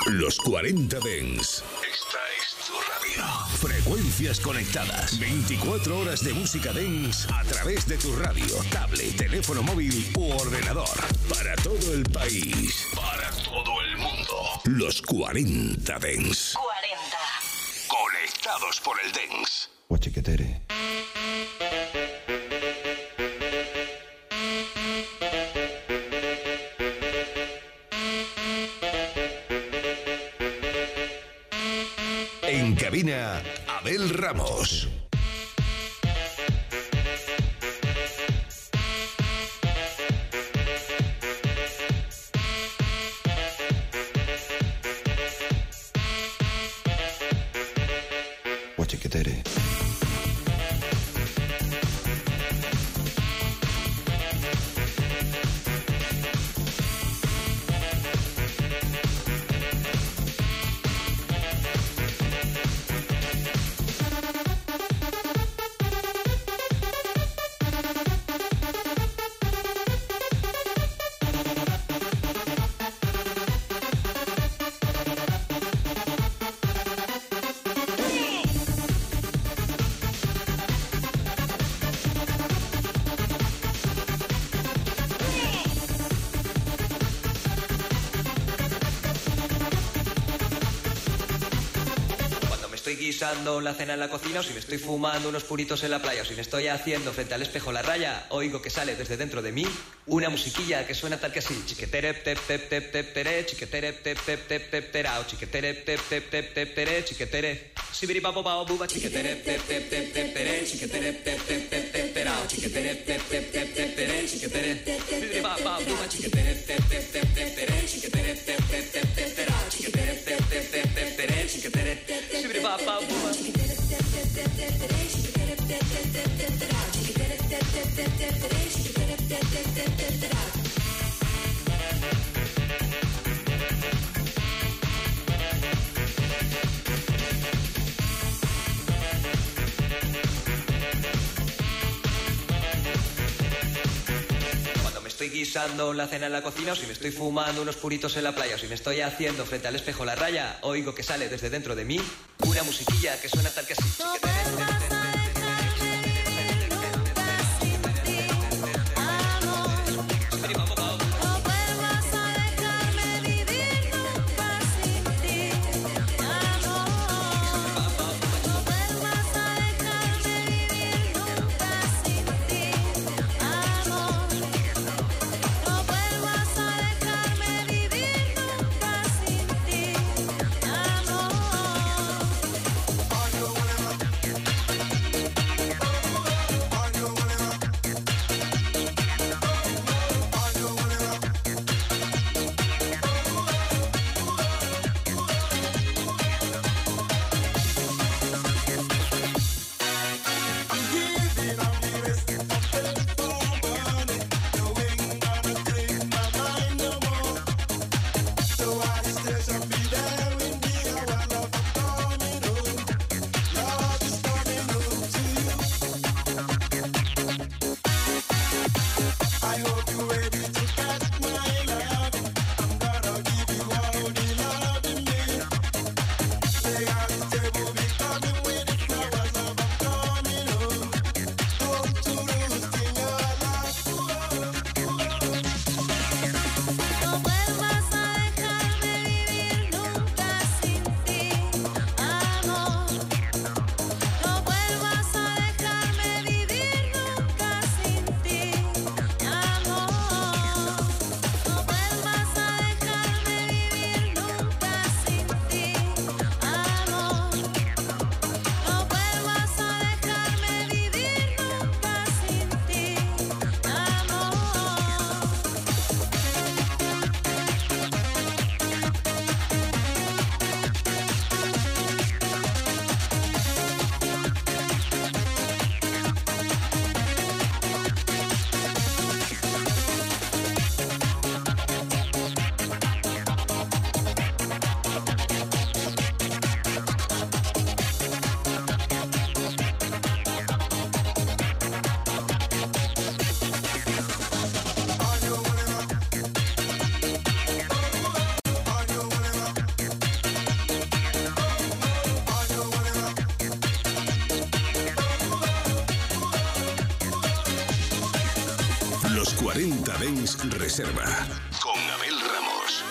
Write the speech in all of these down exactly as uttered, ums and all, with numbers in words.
Los cuarenta Dance. Esta es tu radio. Frecuencias conectadas. veinticuatro horas de música dance a través de tu radio, tablet, teléfono móvil u ordenador. Para todo el país. Para todo el mundo. Los cuarenta Dance. cuarenta. Conectados por el dance. Guachiquetere. En cabina, Abel Ramos. Guachiquetere. Guisando la cena en la cocina, o si me estoy fumando unos puritos en la playa, o si me estoy haciendo frente al espejo la raya, oigo que sale desde dentro de mí una musiquilla que suena tal que así: chiquetere tep tep tep tep tere, chiquetere tep tep tep tep terao, chiquetere tep tep tep tep tere, chiquetere sibiri papo pao buba, chiquetere tep tep tep tep tere, chiquetere tep tep tep tep terao, chiquetere tep tep tep tep tere, chiquetere sibiri papo pao buba, chiquetere tep tep tep tep tere, chiquetere tep tep tep tep terao, chiquetere tep tep tep tep tere, chiquetere sibiri papo pao buba. Cuando me estoy guisando la cena en la cocina, o si me estoy fumando unos puritos en la playa, o si me estoy haciendo frente al espejo la raya, oigo que sale desde dentro de mí una musiquilla que suena tal que así. Are you cuarenta Dance Reserva con Abel Ramos.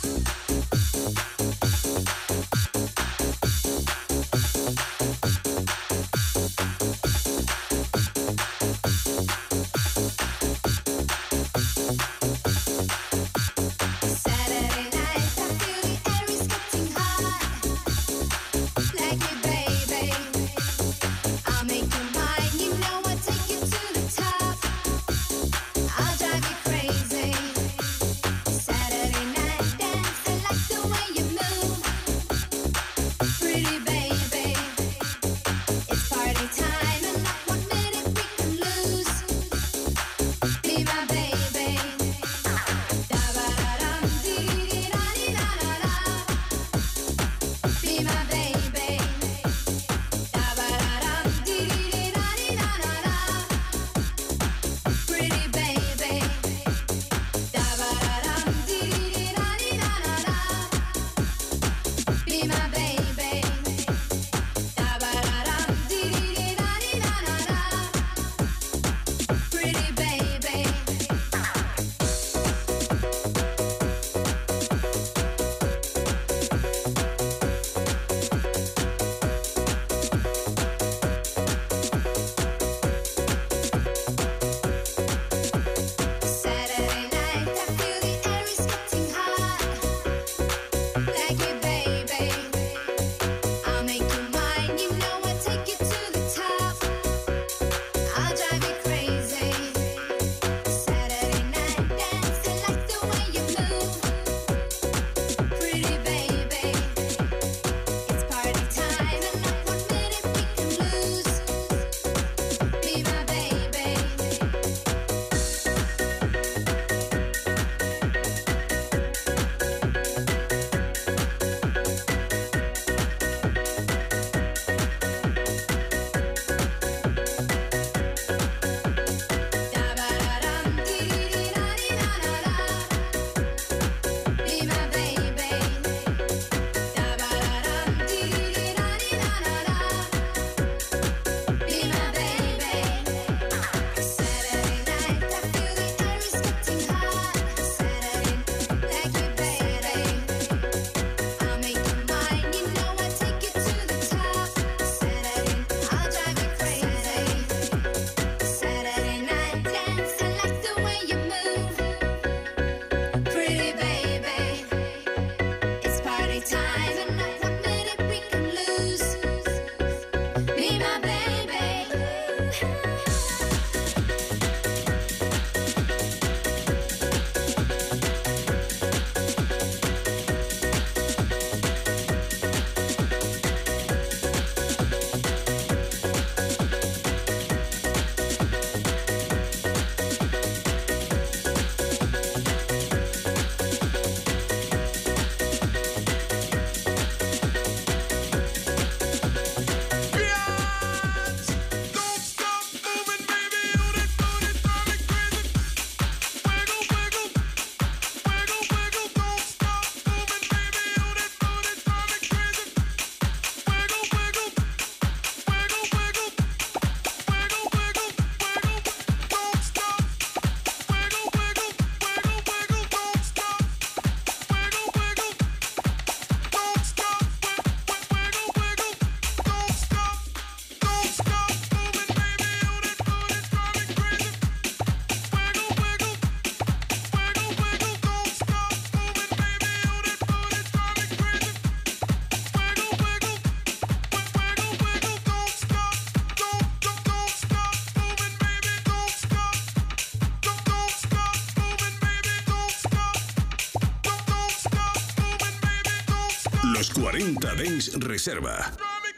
Los cuarenta Dance Reserva.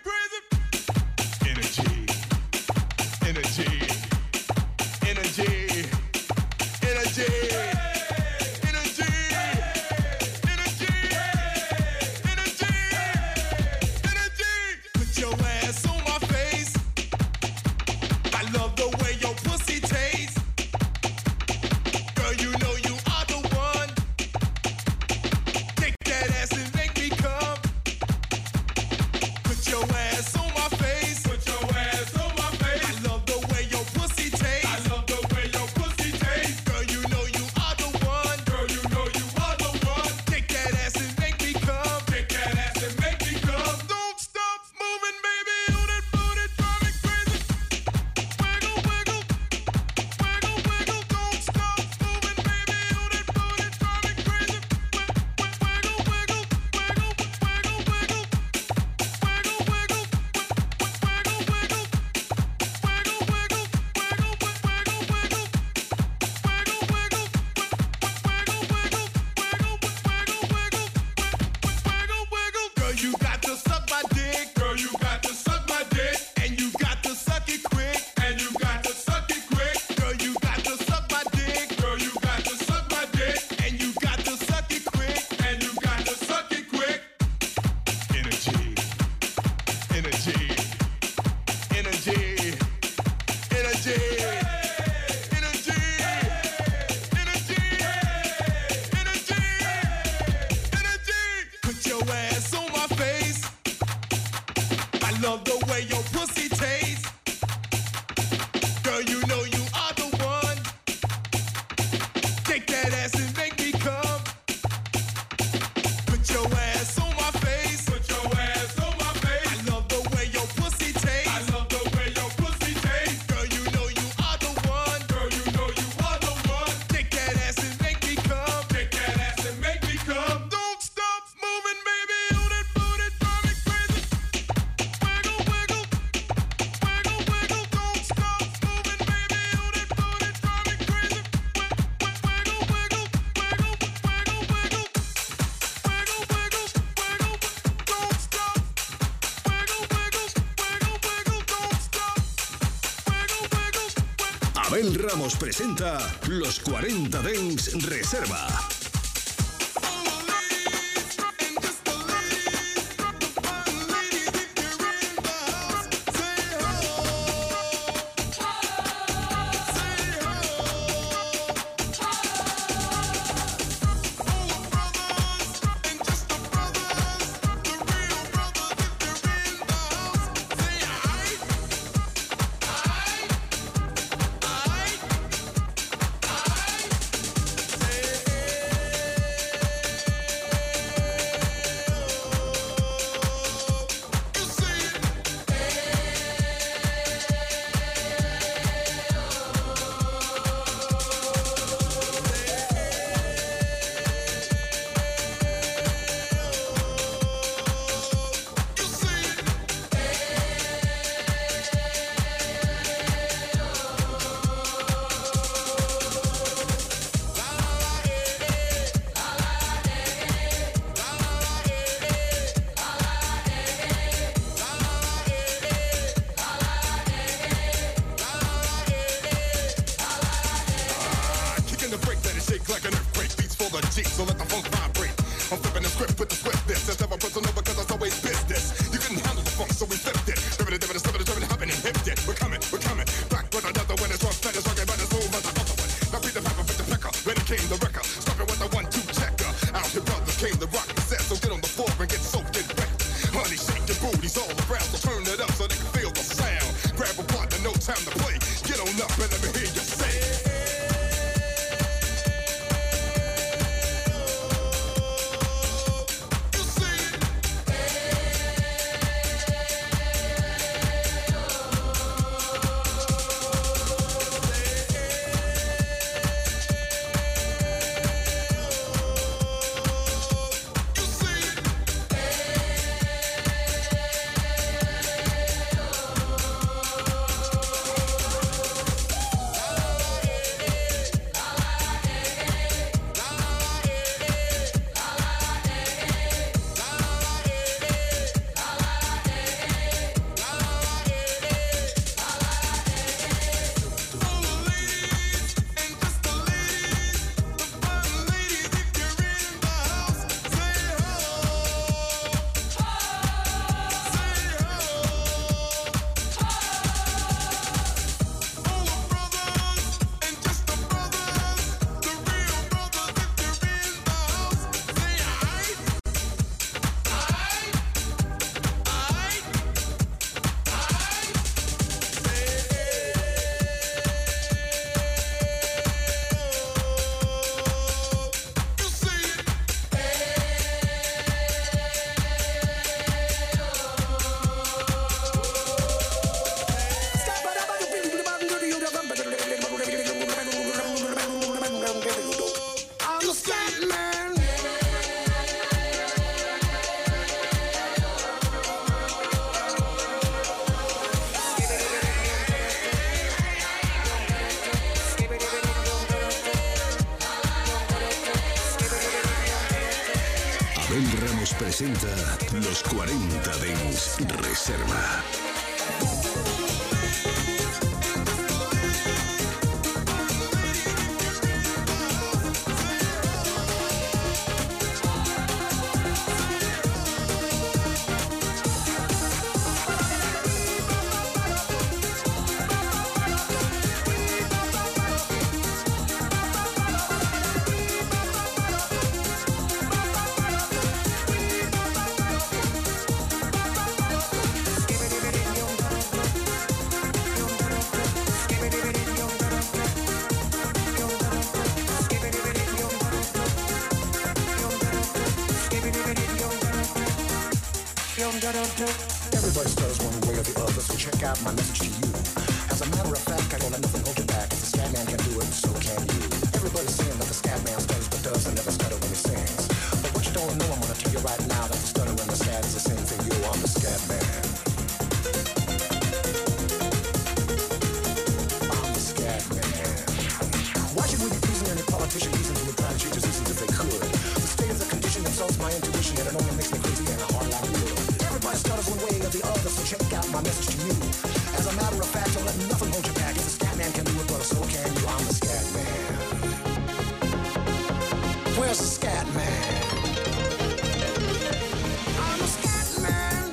Energy, energy, energy, energy. Your ass on my face. Put your ass on my face. I love the way your love the way your pussy tastes. Girl, you know you are the one. Take that ass and make me come. Put your ass on my face. Put your ass on my face. I love the way your pussy tastes. I love the way your pussy tastes. Girl, you know you are the one. Girl, you know you are the one. Take that ass and make me come. Take that ass and make me come. Don't stop moving, baby. On it, on it, drive me crazy. Wiggle, wiggle, wiggle, wiggle. Don't stop moving, baby. On it, on it, drive me crazy. Wiggle, wiggle, wiggle, wiggle, wiggle, wiggle. Wiggle, wiggle, wiggle, don't stop. Wiggle, wiggle, wiggle, wiggle, don't stop. Wiggle, wiggle, wiggle. Abel Ramos presenta Los cuarenta Dance Reserva. The break, let it shake like an earthquake. Beats for the G, so let the funk vibrate. I'm flipping the script with the swiftness. That's never personal because that's always business. You couldn't handle the funk, so we flipped it. Ribbit it, dibbit it, slippit it, dribbit it, hopping and hipped it. We're coming, we're coming. Back with another one. It's rough, fat, it's rocking, but it's smooth as the other one. Now beat the pepper with the pecker. When it came the wrecker. Stopping with the one, two checker. Out here, brothers came the rock set. So get on the floor and get soaked in wet. Honey, shake your booties all around. So turn it up so they can feel the sound. Grab a partner, no time to play. Get on up and let me hear you say. Abel Ramos presenta Los cuarenta Dance Reserva. Give it, give it. Everybody stutters one way or the other, so check out my message to you. As a matter of fact, I don't let nothing hold you back. If the scat man can do it, so can you. Everybody's saying that the scat man stutters but does and never stutter when he sings. But what you don't know, I'm gonna tell you right now that the stutter and the scat is the same thing. Yo, I'm the scat man. I'm the scat man. Why should we be pleasing any politician using who would try to cheat diseases if they could? The state of the condition insults my intuition and it only makes me crazy and hard like wood. Everybody stutters one way or the other, so check out my message to you. As a matter of fact, don't let nothing hold you back. If the scat man can do it, brother, so can you. I'm the scat man. Where's the scat man? I'm the scat man.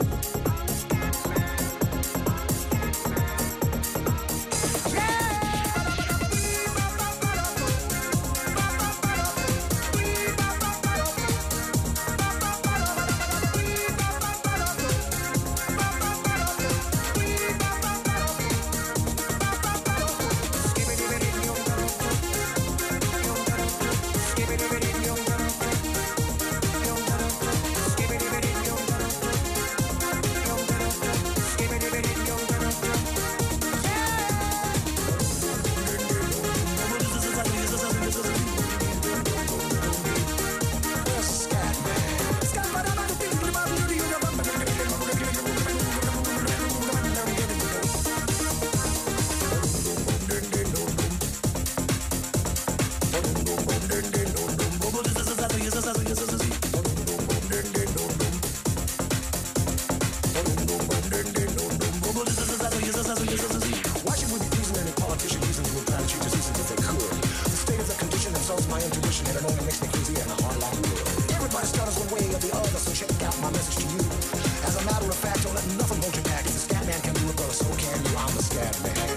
Why should we be pleasing any politician using who would try to cheat diseases if they could? The state of the condition insults my intuition and it only makes me crazy and hard like wood. Everybody stutters one way or the other, so check out my message to you. As a matter of fact, don't let nothing hold you back. If the scat man can do it, brother, so can you. I'm the scat man.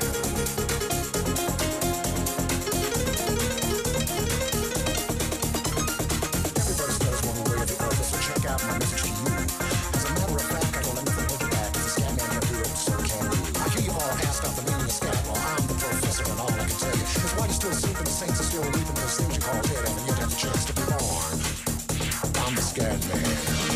Everybody stutters one way or the other, so check out my message to you. As a matter of fact, I don't let nothing hold you back. If the scat man can do it, so can you. I hear you all ask out the meaning of scat. Well, I'm the professor, and all I can tell you is why you still sleeping. The saints are still reaping those things you call dead, and you'd have the chance to be born. I'm the scat man.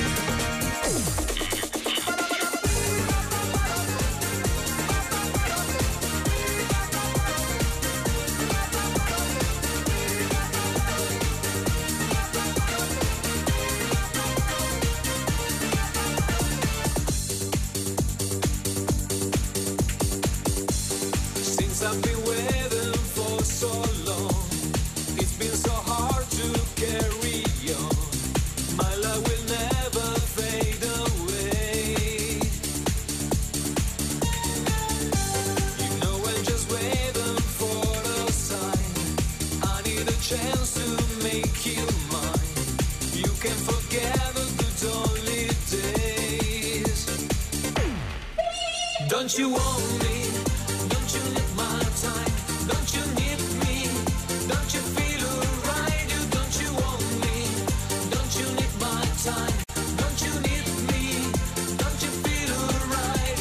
Since I've been waiting for so long, it's been so hard to carry on. My love will never fade away. You know I'm just waiting for a sign. I need a chance to make you mine. You can forget the good only days. Don't you want me? Don't you need my time? Don't you need me? Don't you feel alright? You don't you want me? Don't you need my time? Don't you need me? Don't you feel alright?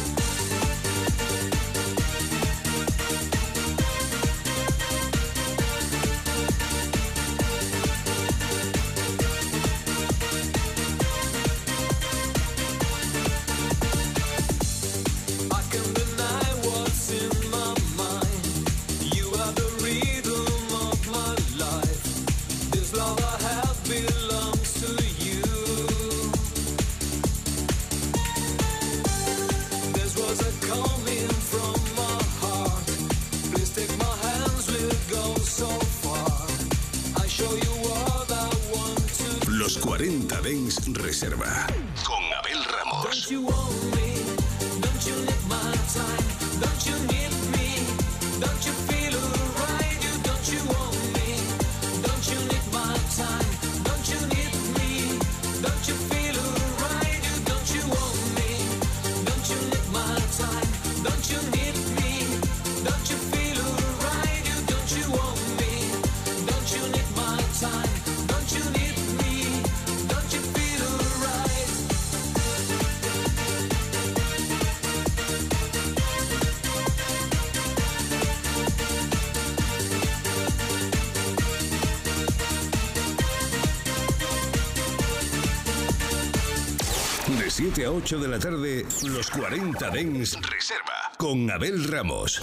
I can deny what's in my mind. You are the rhythm of my life. This love I have belongs to you. This was a coming from my heart. Please take my hands, we'll go so far. I show you what I want to. Los cuarenta Dance Reserva. Con Abel Ramos. Don't you want me? Don't you need my time? Don't you need me? Don't you feel alright? You don't you want me? Don't you need my time? Don't you need me? Don't you feel alright? You don't you want me? Don't you need my time? Don't you need me? Don't you feel alright? You don't you want me? Don't you need my time? Don't you need me? Don't you feel alright? siete a ocho de la tarde, los cuarenta Dance Reserva con Abel Ramos.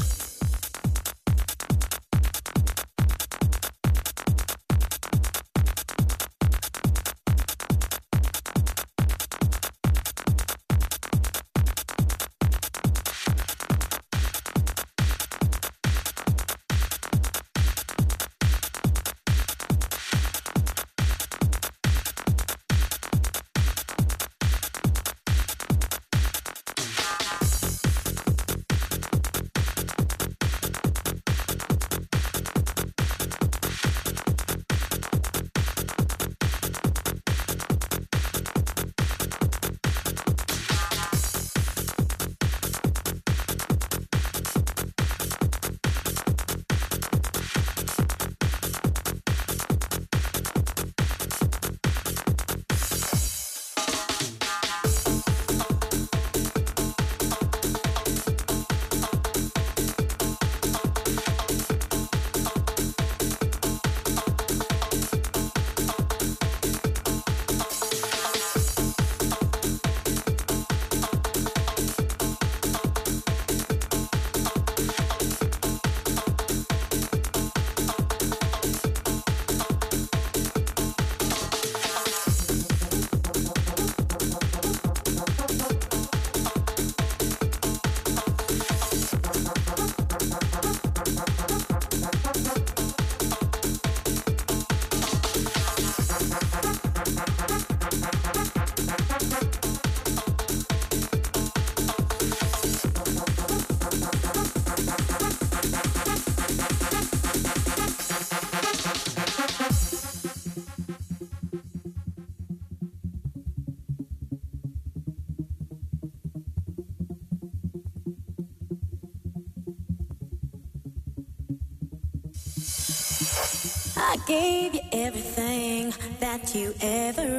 I gave you everything that you ever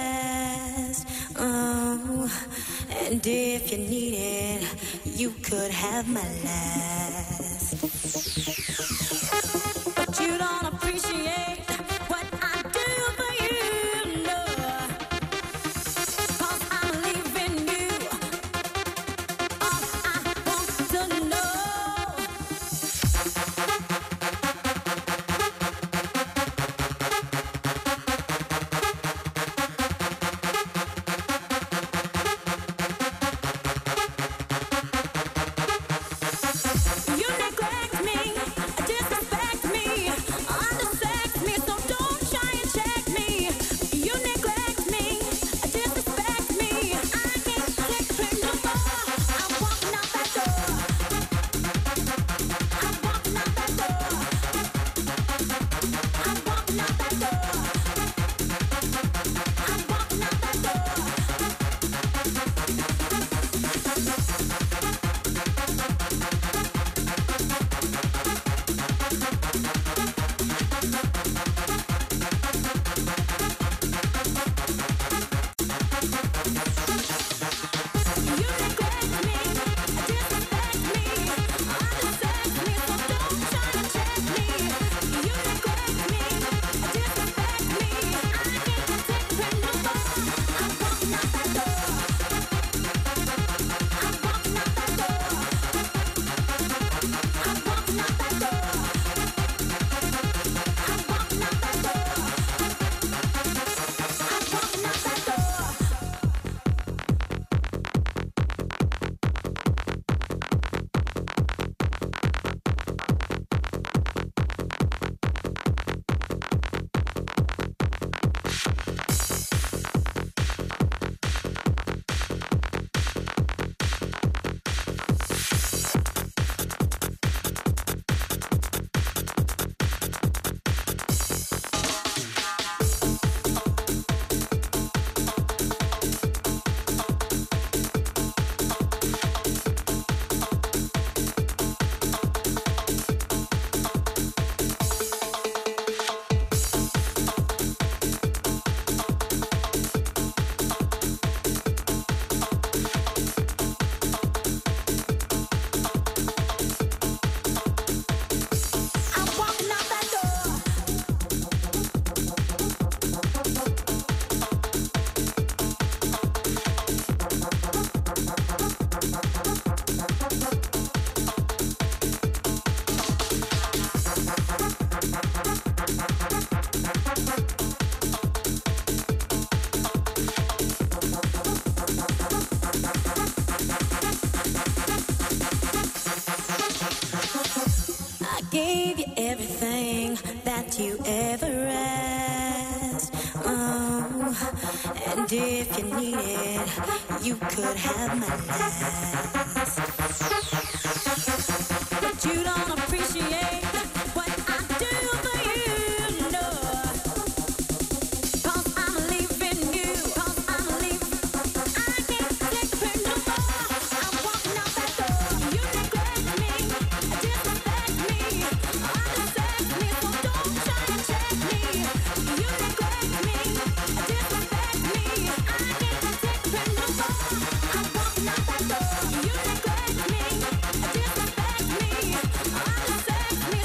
asked. Oh, and if you need it, you could have my last. But you don't appreciate what I do for you, no. 'Cause I'm leaving you all I want to know. You neglect me. And if you need it, you could have my last. But you don't appreciate what I do for you, no. Cause I'm leaving you, cause I'm leaving. I can't take it no more. I'm walking out that door. You neglect me, disrespect me, understand me, so don't try to check me. You neglect me, disrespect me, I can't take it no more. I'm walking out that door. You neglect me, disrespect me, understand me,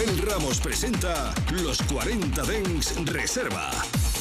Abel Ramos presenta Los cuarenta Dance Reserva.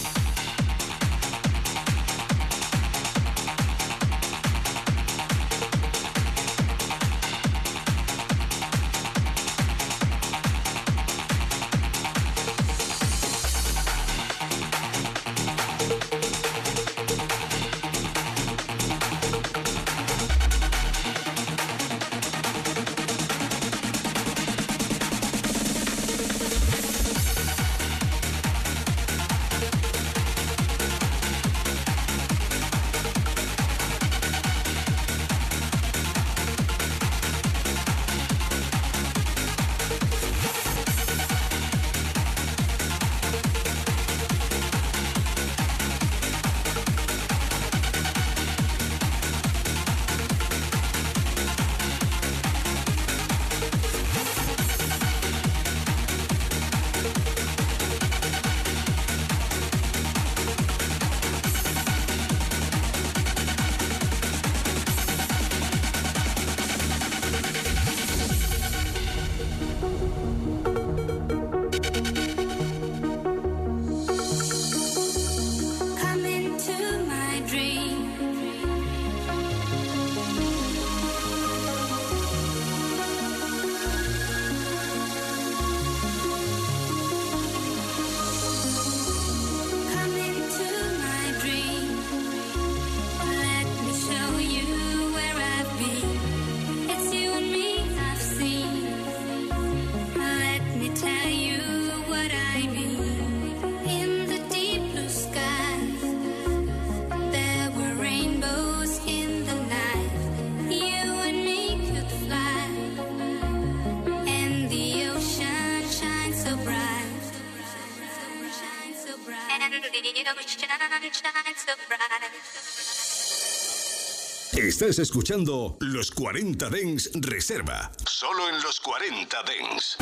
Estás escuchando Los cuarenta Dance Reserva. Solo en Los cuarenta Dance.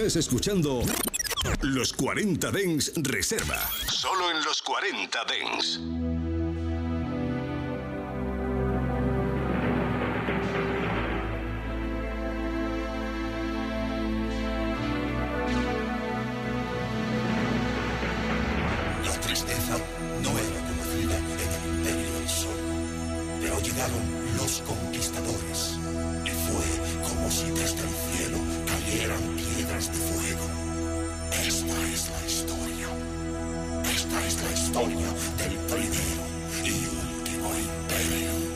Estás escuchando Los cuarenta Dance Reserva. Solo en Los cuarenta Dance. La tristeza no era conocida en el Imperio del Sol, pero llegaron los conquistadores y fue como si desde el cielo cayeran piedras de fuego. Esta es la historia. Esta es la historia del primero y último imperio.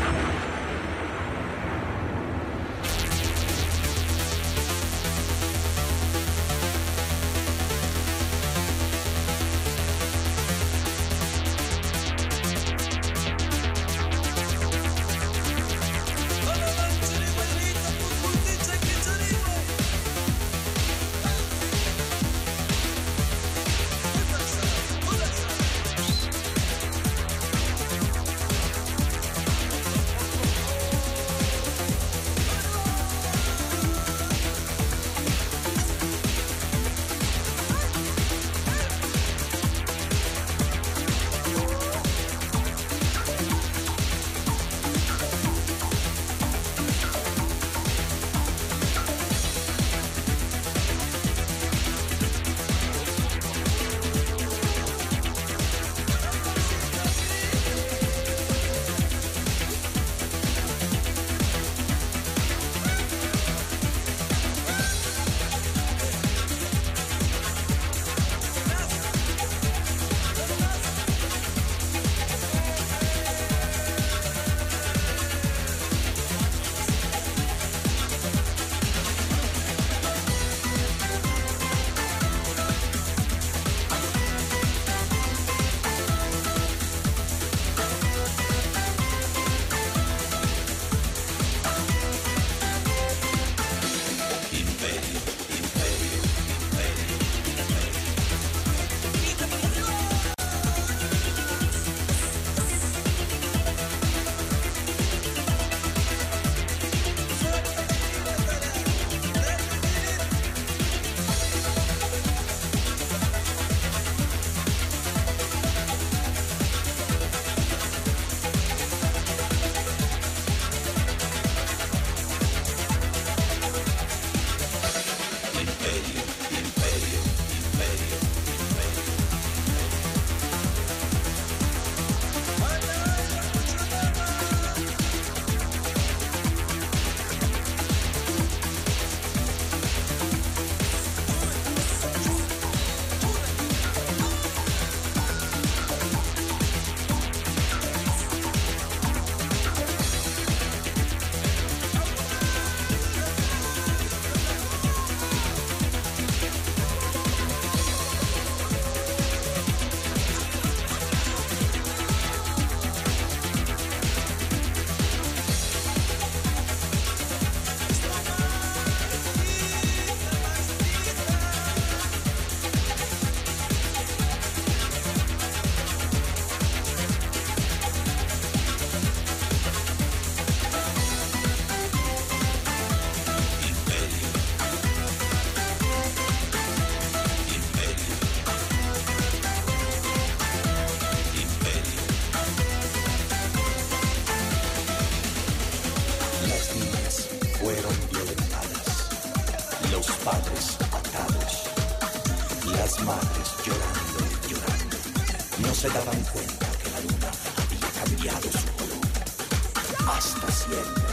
se daban cuenta que la luna había cambiado su color. Hasta siempre.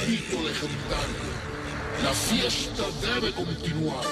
grito legendario. La fiesta debe continuar.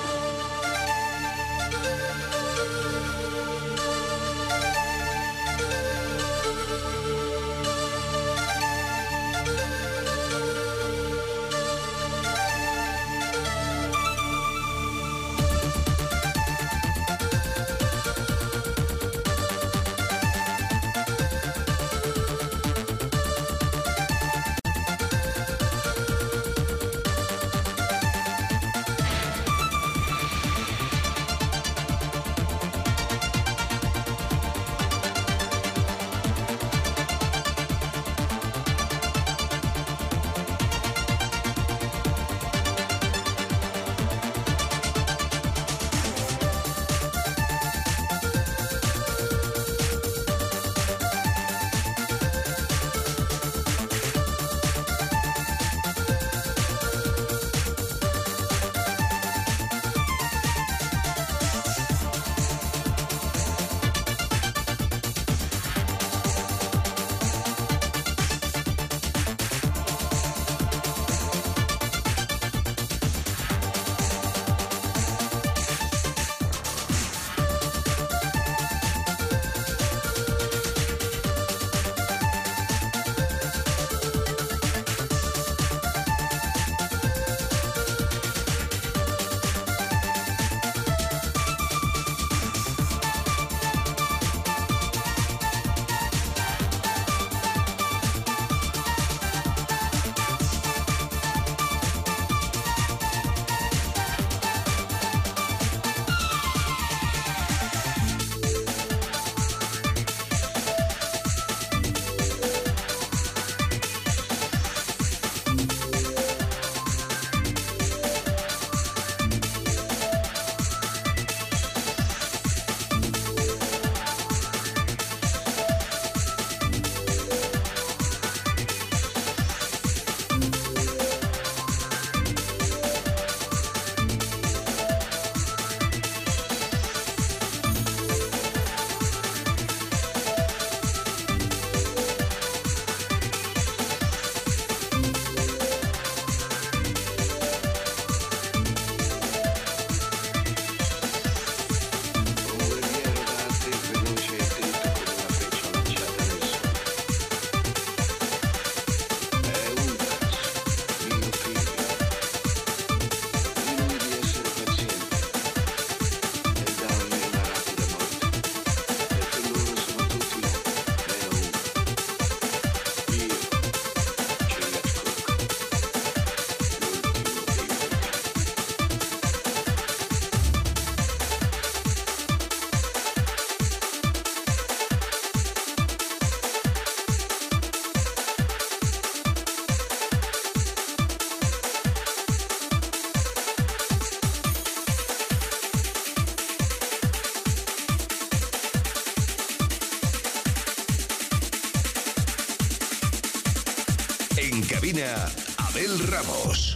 En cabina, Abel Ramos.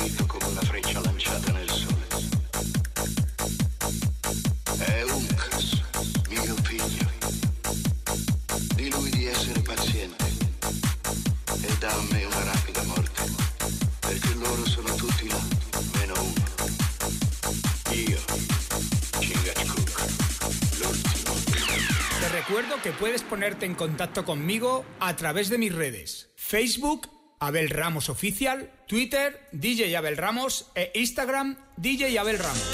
dritto come una freccia lanciata nel sole. È Uncas, mio figlio. Di lui di essere paziente e dà a me una rapida morte, perché loro sono tutti là, meno uno. Io, Chingachgook, l'ultimo. Te recuerdo que puedes ponerte en contacto conmigo a través de mis redes: Facebook, Abel Ramos Oficial, Twitter, D J Abel Ramos e Instagram, D J Abel Ramos.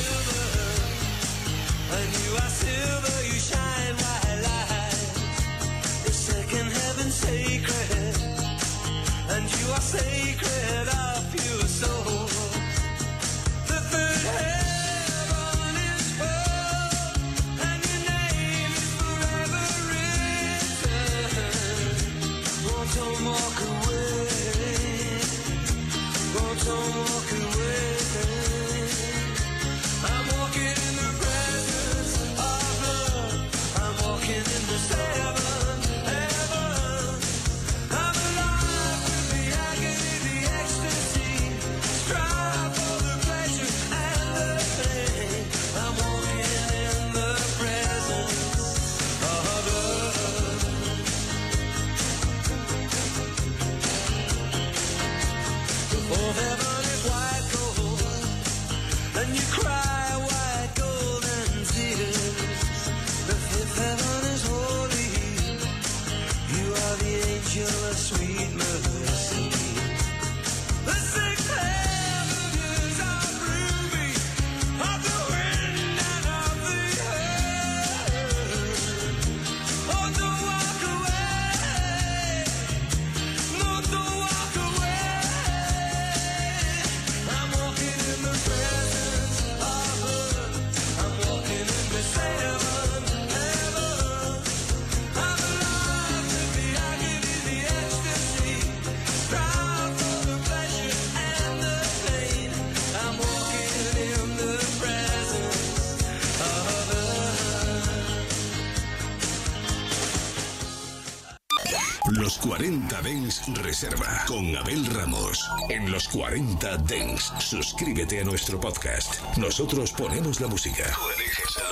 Los cuarenta Dance Reserva con Abel Ramos. En Los cuarenta Dance, suscríbete a nuestro podcast. Nosotros ponemos la música. Tú eliges el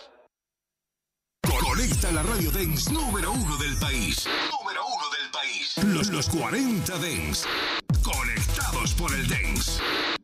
lugar. Conecta la radio dance número uno del país. Número uno del país. Los, los cuarenta Dance. Conectados por el dance.